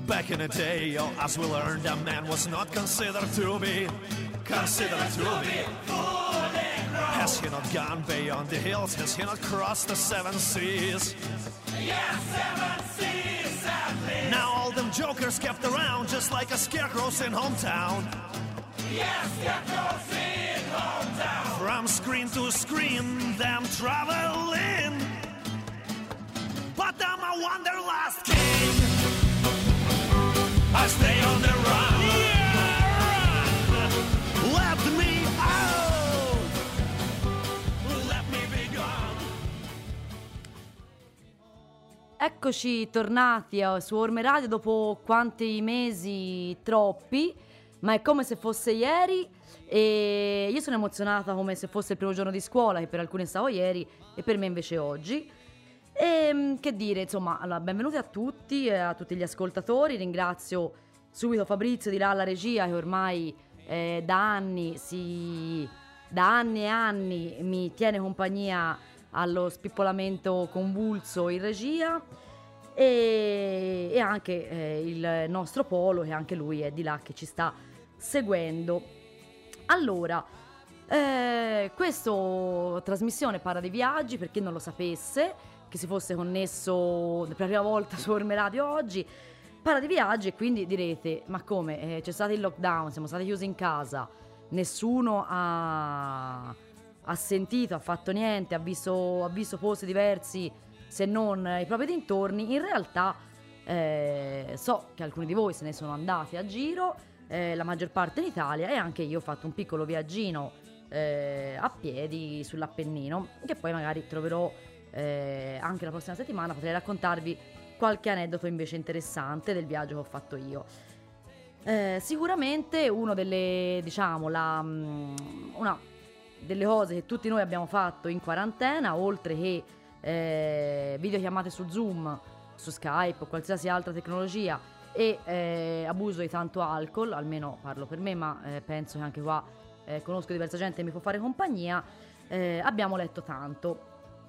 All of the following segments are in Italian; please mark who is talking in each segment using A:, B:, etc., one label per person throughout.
A: Back in the day, oh, as we learned, a man was not considered to be Has he not gone beyond the hills? Has he not crossed the 7 seas?
B: Yes, 7 seas at least.
A: Now all them jokers kept around just like a scarecrows in hometown.
B: Yes, scarecrows in hometown.
A: From screen to screen, them traveling. But I'm a wanderlust king. I stay on the run. Yeah, run. Let me out. Let me be gone.
C: Eccoci tornati su Orme Radio dopo quanti mesi, troppi, ma è come se fosse ieri e io sono emozionata come se fosse il primo giorno di scuola, che per alcuni stavo ieri e per me invece oggi. E che dire, insomma, allora, benvenuti a tutti gli ascoltatori. Ringrazio subito Fabrizio di là alla regia che ormai da anni e anni mi tiene compagnia allo spippolamento convulso in regia e anche il nostro Polo, che anche lui è di là che ci sta seguendo. Allora, questa trasmissione parla di viaggi, per chi non lo sapesse, che si fosse connesso per la prima volta su Orme Radio oggi, parla di viaggi e quindi direte, ma come, c'è stato il lockdown, siamo stati chiusi in casa, nessuno ha sentito, ha fatto niente, ha visto posti diversi se non i propri dintorni. In realtà so che alcuni di voi se ne sono andati a giro, la maggior parte in Italia, e anche io ho fatto un piccolo viaggino a piedi sull'Appennino, che poi magari troverò anche la prossima settimana. Potrei raccontarvi qualche aneddoto invece interessante del viaggio che ho fatto io. Sicuramente una delle cose che tutti noi abbiamo fatto in quarantena, oltre che videochiamate su Zoom, su Skype o qualsiasi altra tecnologia e abuso di tanto alcol, almeno parlo per me, ma penso che anche qua conosco diversa gente che mi può fare compagnia, abbiamo letto tanto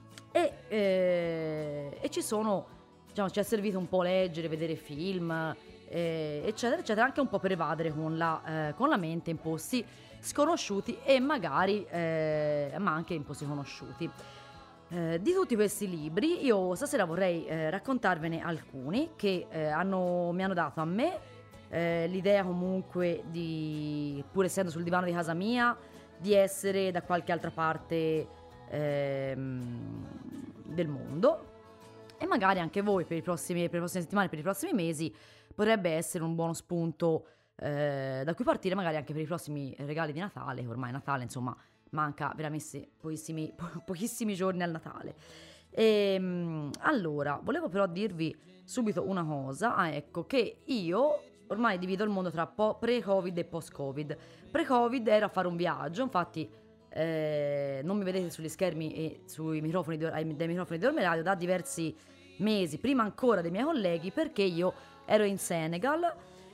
C: e ci sono, diciamo, ci è servito un po' leggere, vedere film, eccetera eccetera, anche un po' per evadere con la mente in posti sconosciuti e magari ma anche in posti conosciuti. Di tutti questi libri io stasera vorrei raccontarvene alcuni che mi hanno dato a me l'idea comunque di, pur essendo sul divano di casa mia, di essere da qualche altra parte del mondo, e magari anche voi per le prossime settimane, per i prossimi mesi potrebbe essere un buono spunto da cui partire, magari anche per i prossimi regali di Natale, che ormai Natale, insomma, manca veramente pochissimi giorni al Natale. Allora, volevo però dirvi subito una cosa, ecco, che io ormai divido il mondo tra pre-Covid e post-Covid. Pre-Covid era fare un viaggio, infatti non mi vedete sugli schermi e dai microfoni di Orme Radio da diversi mesi, prima ancora dei miei colleghi, perché io ero in Senegal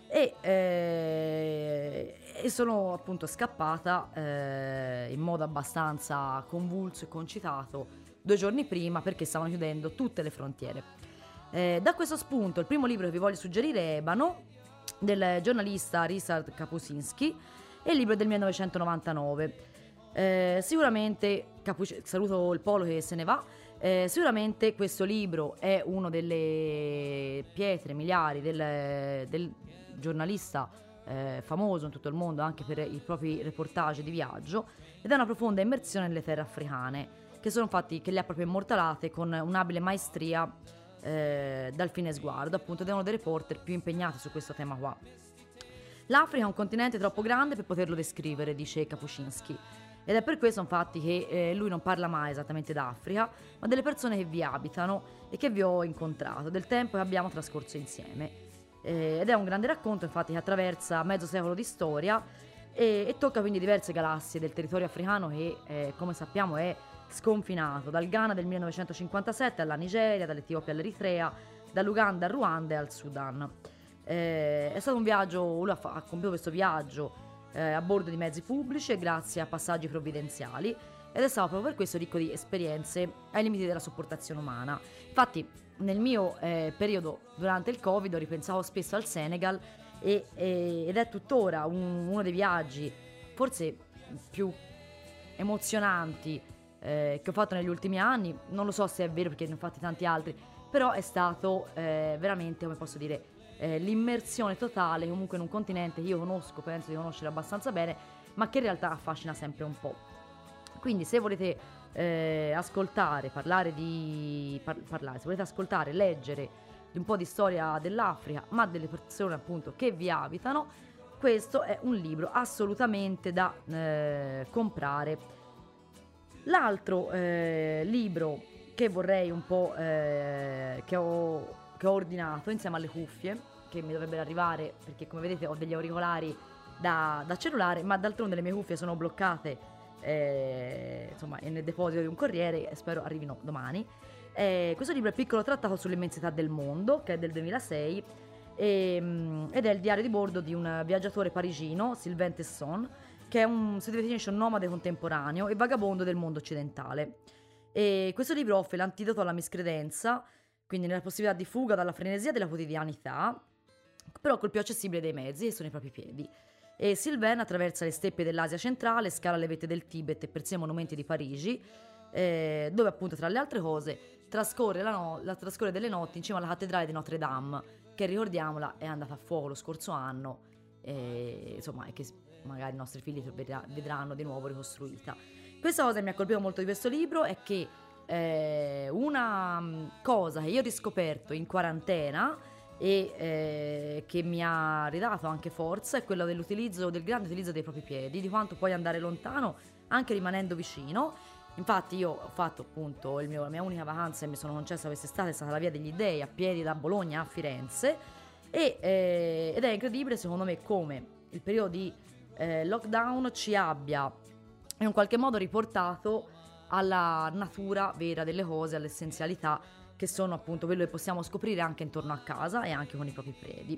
C: e sono appunto scappata in modo abbastanza convulso e concitato 2 giorni prima, perché stavano chiudendo tutte le frontiere. Da questo spunto il primo libro che vi voglio suggerire è Ebano, del giornalista Ryszard Kapuscinski, e il libro è del 1999. Sicuramente saluto il Polo che se ne va. Sicuramente questo libro è uno delle pietre miliari del giornalista famoso in tutto il mondo anche per i propri reportage di viaggio, ed è una profonda immersione nelle terre africane che le ha proprio immortalate con un'abile maestria dal fine sguardo, appunto, ed è uno dei reporter più impegnati su questo tema qua. L'Africa è un continente troppo grande per poterlo descrivere, dice Kapuscinski, ed è per questo infatti che lui non parla mai esattamente d'Africa, ma delle persone che vi abitano e che vi ho incontrato, del tempo che abbiamo trascorso insieme. Ed è un grande racconto, infatti, che attraversa mezzo secolo di storia e tocca quindi diverse galassie del territorio africano che, come sappiamo, è sconfinato dal Ghana del 1957 alla Nigeria, dall'Etiopia all'Eritrea, dall'Uganda al Ruanda e al Sudan. È stato un viaggio, lui ha compiuto questo viaggio a bordo di mezzi pubblici e grazie a passaggi provvidenziali, ed è stato proprio per questo ricco di esperienze ai limiti della sopportazione umana. Infatti nel mio periodo durante il Covid ho ripensato spesso al Senegal ed è tuttora uno dei viaggi forse più emozionanti che ho fatto negli ultimi anni. Non lo so se è vero perché ne ho fatti tanti altri, però è stato veramente, come posso dire, l'immersione totale comunque in un continente che io conosco, penso di conoscere abbastanza bene, ma che in realtà affascina sempre un po'. Quindi se volete ascoltare, se volete ascoltare, leggere di un po' di storia dell'Africa, ma delle persone appunto che vi abitano, questo è un libro assolutamente da comprare. L'altro libro che vorrei un po' che ho ordinato insieme alle cuffie che mi dovrebbero arrivare, perché come vedete ho degli auricolari da cellulare, ma d'altronde le mie cuffie sono bloccate insomma nel deposito di un corriere e spero arrivino domani. Questo libro è Piccolo trattato sull'immensità del mondo, che è del 2006 ed è il diario di bordo di un viaggiatore parigino, Sylvain Tesson, che è si definisce un nomade contemporaneo e vagabondo del mondo occidentale. E questo libro offre l'antidoto alla miscredenza, quindi nella possibilità di fuga dalla frenesia della quotidianità, però col più accessibile dei mezzi, che sono i propri piedi. E Sylvain attraversa le steppe dell'Asia centrale, scala le vette del Tibet e persino i monumenti di Parigi, dove appunto tra le altre cose trascorre delle notti in cima alla cattedrale di Notre Dame, che ricordiamola è andata a fuoco lo scorso anno, insomma, e che magari i nostri figli vedranno di nuovo ricostruita. Questa cosa che mi ha colpito molto di questo libro è che una cosa che io ho riscoperto in quarantena e che mi ha ridato anche forza è quella del grande utilizzo dei propri piedi, di quanto puoi andare lontano anche rimanendo vicino. Infatti io ho fatto appunto la mia unica vacanza e mi sono concessa quest'estate è stata la Via degli Dei a piedi da Bologna a Firenze ed è incredibile secondo me come il periodo di lockdown ci abbia in un qualche modo riportato alla natura vera delle cose, all'essenzialità che sono appunto quello che possiamo scoprire anche intorno a casa e anche con i propri piedi.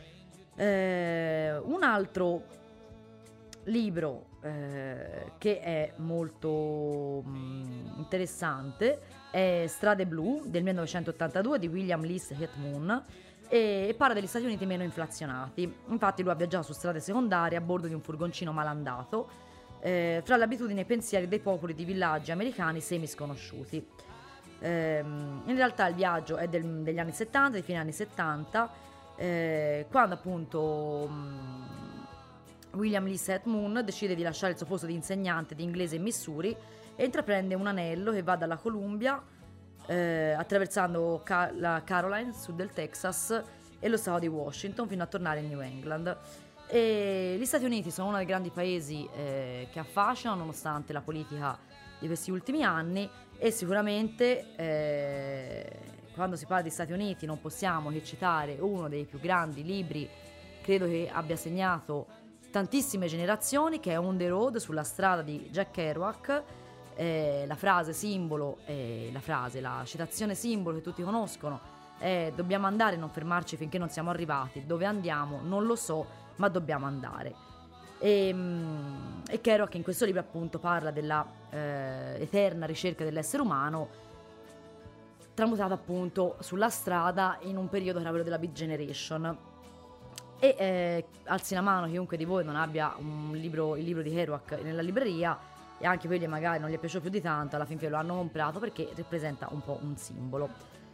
C: Un altro libro che è molto interessante è Strade blu del 1982 di William Lease Hetmoon e parla degli Stati Uniti meno inflazionati. Infatti lui ha viaggiato su strade secondarie a bordo di un furgoncino malandato fra le abitudini e i pensieri dei popoli di villaggi americani semi sconosciuti. In realtà il viaggio è degli anni 70, dei fine anni 70, quando appunto William Lee Hetmoon decide di lasciare il suo posto di insegnante di inglese in Missouri e intraprende un anello che va dalla Columbia attraversando la Caroline, sud del Texas e lo stato di Washington fino a tornare in New England. E gli Stati Uniti sono uno dei grandi paesi che affascinano nonostante la politica di questi ultimi anni e sicuramente quando si parla di Stati Uniti non possiamo che citare uno dei più grandi libri, credo che abbia segnato tantissime generazioni, che è On the Road, sulla strada di Jack Kerouac. La frase simbolo, la citazione simbolo che tutti conoscono è: dobbiamo andare e non fermarci finché non siamo arrivati, dove andiamo non lo so ma dobbiamo andare. E Kerouac in questo libro appunto parla della eterna ricerca dell'essere umano tramutato appunto sulla strada in un periodo che era quello della Beat Generation. E alzi la mano chiunque di voi non abbia il libro di Kerouac nella libreria, e anche quelli magari non gli è piaciuto più di tanto, alla fin fine lo hanno comprato perché rappresenta un po' un simbolo.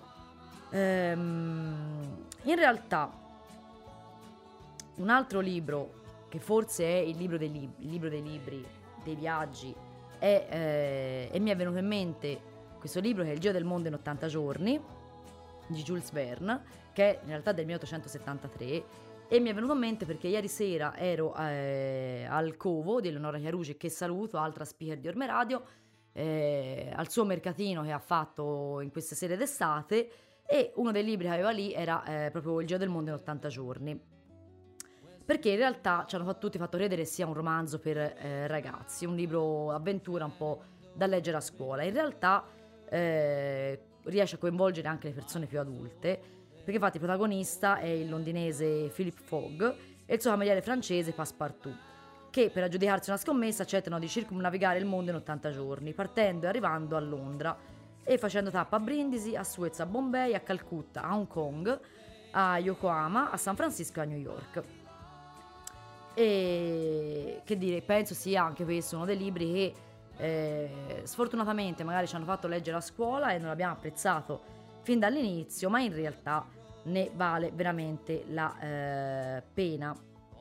C: In realtà un altro libro che forse è il libro dei libri, dei viaggi, e mi è venuto in mente questo libro che è Il Giro del mondo in 80 giorni di Jules Verne, che è in realtà del 1873, e mi è venuto in mente perché ieri sera ero al Covo di Eleonora Chiarucci, che saluto, altra speaker di Orme Radio, al suo mercatino che ha fatto in queste sere d'estate, e uno dei libri che aveva lì era proprio Il Giro del mondo in 80 giorni, perché in realtà ci hanno tutti fatto credere sia un romanzo per ragazzi, un libro avventura un po' da leggere a scuola. In realtà riesce a coinvolgere anche le persone più adulte, perché infatti il protagonista è il londinese Philip Fogg e il suo cameriere francese Passepartout. che per aggiudicarsi una scommessa accettano di circumnavigare il mondo in 80 giorni, partendo e arrivando a Londra e facendo tappa a Brindisi, a Suez, a Bombay, a Calcutta, a Hong Kong, a Yokohama, a San Francisco e a New York. E che dire, penso sia anche questo uno dei libri che sfortunatamente magari ci hanno fatto leggere a scuola e non l'abbiamo apprezzato fin dall'inizio, ma in realtà ne vale veramente la pena.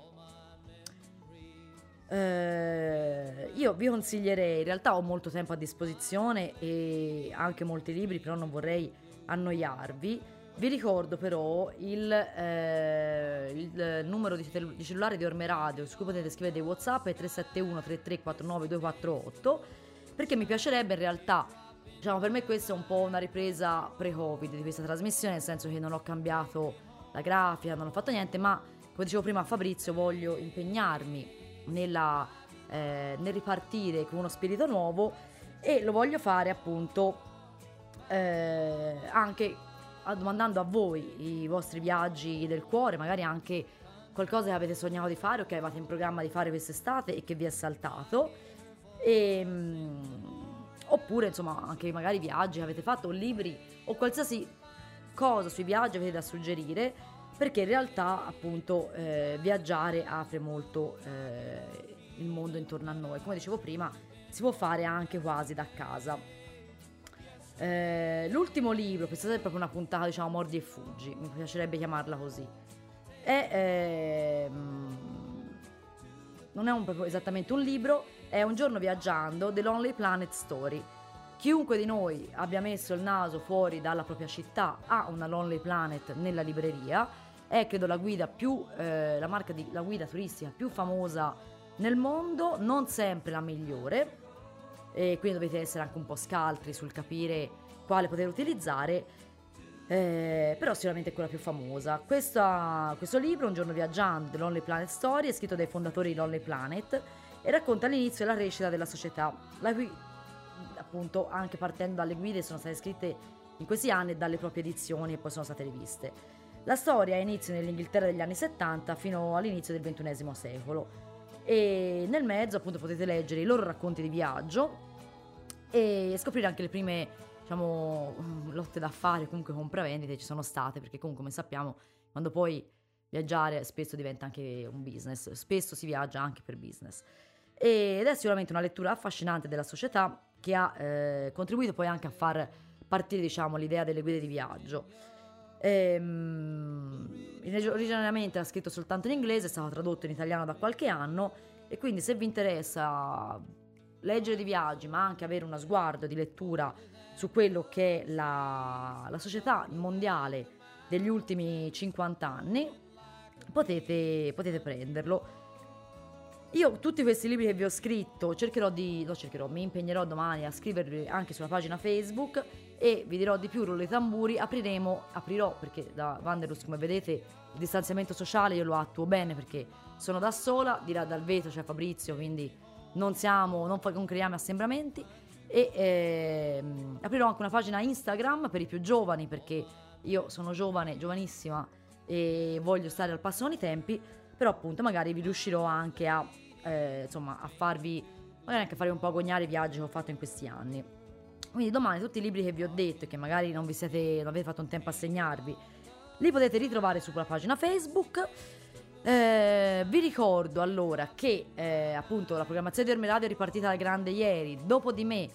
C: Io vi consiglierei, in realtà ho molto tempo a disposizione e anche molti libri, però non vorrei annoiarvi. Vi ricordo però il numero di cellulare di Orme Radio, su cui potete scrivere dei WhatsApp, è 371 3349 248, perché mi piacerebbe in realtà, diciamo, per me questa è un po' una ripresa pre-Covid di questa trasmissione, nel senso che non ho cambiato la grafica, non ho fatto niente, ma come dicevo prima a Fabrizio, voglio impegnarmi nel ripartire con uno spirito nuovo, e lo voglio fare appunto anche domandando a voi i vostri viaggi del cuore, magari anche qualcosa che avete sognato di fare o che avevate in programma di fare quest'estate e che vi è saltato, oppure insomma anche magari viaggi che avete fatto o libri o qualsiasi cosa sui viaggi avete da suggerire, perché in realtà appunto viaggiare apre molto il mondo intorno a noi. Come dicevo prima, si può fare anche quasi da casa. L'ultimo libro, questa è proprio una puntata, diciamo, mordi e fuggi, mi piacerebbe chiamarla così, non è proprio esattamente un libro, è Un giorno viaggiando, The Lonely Planet Story. Chiunque di noi abbia messo il naso fuori dalla propria città ha una Lonely Planet nella libreria, è credo la guida più la guida turistica più famosa nel mondo, non sempre la migliore, e quindi dovete essere anche un po' scaltri sul capire quale poter utilizzare, però sicuramente è quella più famosa. Questo libro, Un giorno viaggiando, The Lonely Planet Story, è scritto dai fondatori di Lonely Planet e racconta l'inizio e la crescita della società, la cui appunto anche partendo dalle guide sono state scritte in questi anni e dalle proprie edizioni e poi sono state riviste. La storia ha inizio nell'Inghilterra degli anni 70 fino all'inizio del XXI secolo, e nel mezzo appunto potete leggere i loro racconti di viaggio e scoprire anche le prime, diciamo, lotte d'affari, comunque compravendite ci sono state, perché comunque come sappiamo quando poi viaggiare spesso diventa anche un business, spesso si viaggia anche per business, ed è sicuramente una lettura affascinante della società che ha contribuito poi anche a far partire, diciamo, l'idea delle guide di viaggio. Originariamente era scritto soltanto in inglese, è stato tradotto in italiano da qualche anno, e quindi se vi interessa leggere di viaggi ma anche avere uno sguardo di lettura su quello che è la società mondiale degli ultimi 50 anni, potete prenderlo. Io tutti questi libri che vi ho scritto mi impegnerò domani a scriverli anche sulla pagina Facebook, e vi dirò di più, rullo i tamburi, aprirò, perché da Wanderlust, come vedete, il distanziamento sociale io lo attuo bene perché sono da sola, di là dal vetro c'è Fabrizio, quindi non creiamo assembramenti, e aprirò anche una pagina Instagram per i più giovani, perché io sono giovanissima e voglio stare al passo con i tempi, però appunto magari vi riuscirò anche a farvi, magari anche fare un po' agognare i viaggi che ho fatto in questi anni. Quindi domani tutti i libri che vi ho detto e che magari non avete fatto un tempo a segnarvi, li potete ritrovare sulla pagina Facebook. Vi ricordo allora che appunto la programmazione di Orme Radio è ripartita da grande ieri. Dopo di me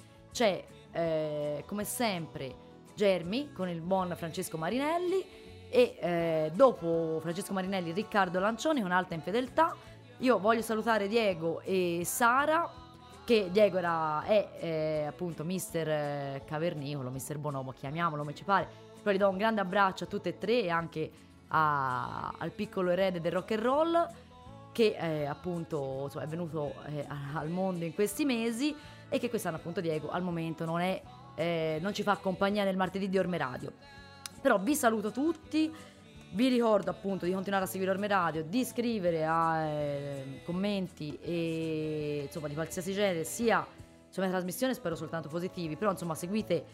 C: c'è come sempre Germi con il buon Francesco Marinelli, e dopo Francesco Marinelli Riccardo Lancioni con Alta Infedeltà. Io voglio salutare Diego e Sara, che Diego è appunto Mister Cavernicolo, Mister Bonomo, chiamiamolo come ci pare, però gli do un grande abbraccio a tutte e tre, e anche al piccolo erede del rock and roll che appunto insomma, è venuto al mondo in questi mesi, e che quest'anno appunto Diego al momento non ci fa compagnia nel martedì di Orme Radio. Però vi saluto tutti, vi ricordo appunto di continuare a seguire Orme Radio, di scrivere a commenti e insomma di qualsiasi genere, sia sulla mia trasmissione, spero soltanto positivi, però insomma seguite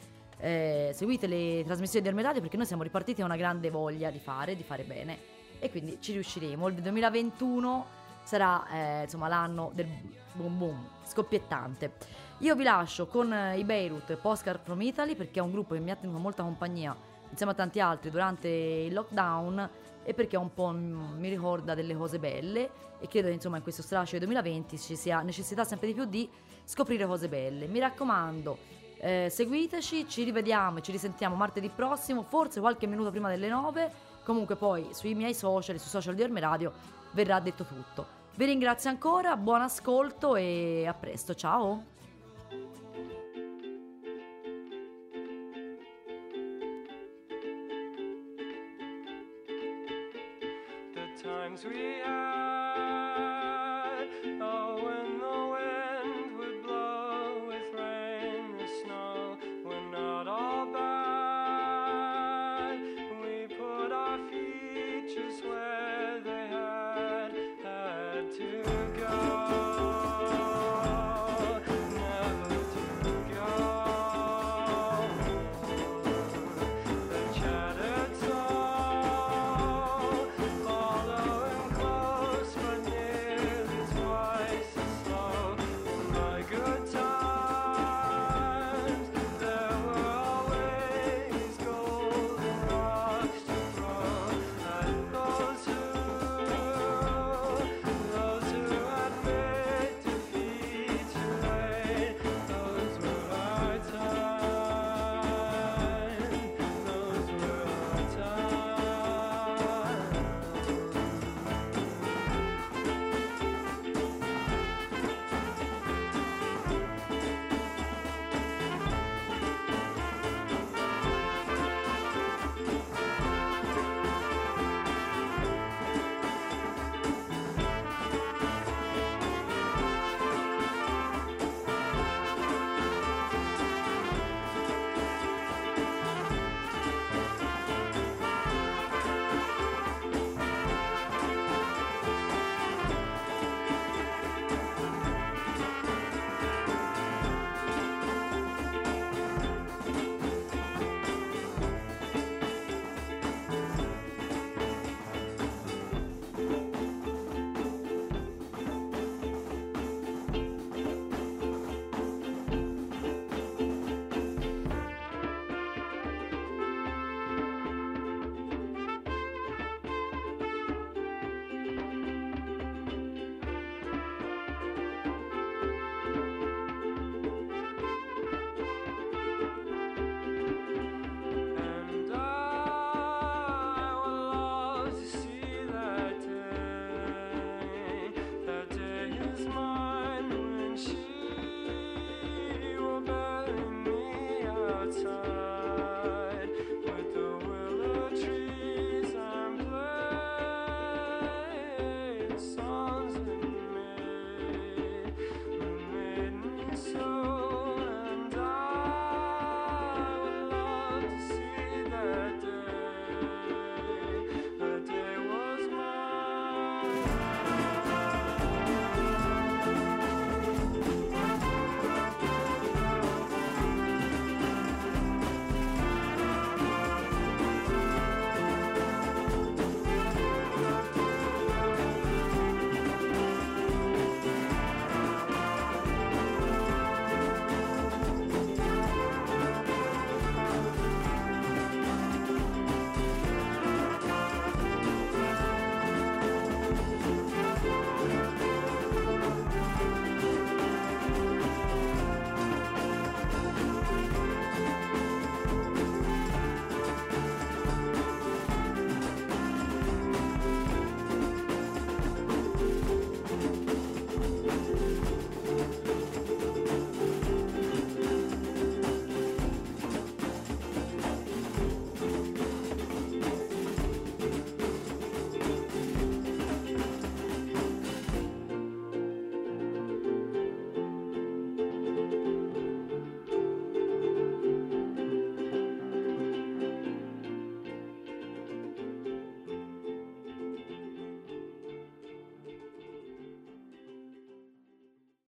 C: le trasmissioni di Orme Radio, perché noi siamo ripartiti con una grande voglia di fare bene, e quindi ci riusciremo. Il 2021 sarà insomma l'anno del boom boom scoppiettante. Io vi lascio con i Beirut Postcard from Italy, perché è un gruppo che mi ha tenuto molta compagnia insieme a tanti altri durante il lockdown, e perché un po' mi ricorda delle cose belle, e credo che insomma in questo strascico del 2020 ci sia necessità sempre di più di scoprire cose belle. Mi raccomando, seguiteci, ci rivediamo e ci risentiamo martedì prossimo, forse qualche minuto prima delle 9. Comunque poi sui miei social, sui social di Orme Radio verrà detto tutto. Vi ringrazio ancora, buon ascolto e a presto, ciao!
B: The times we had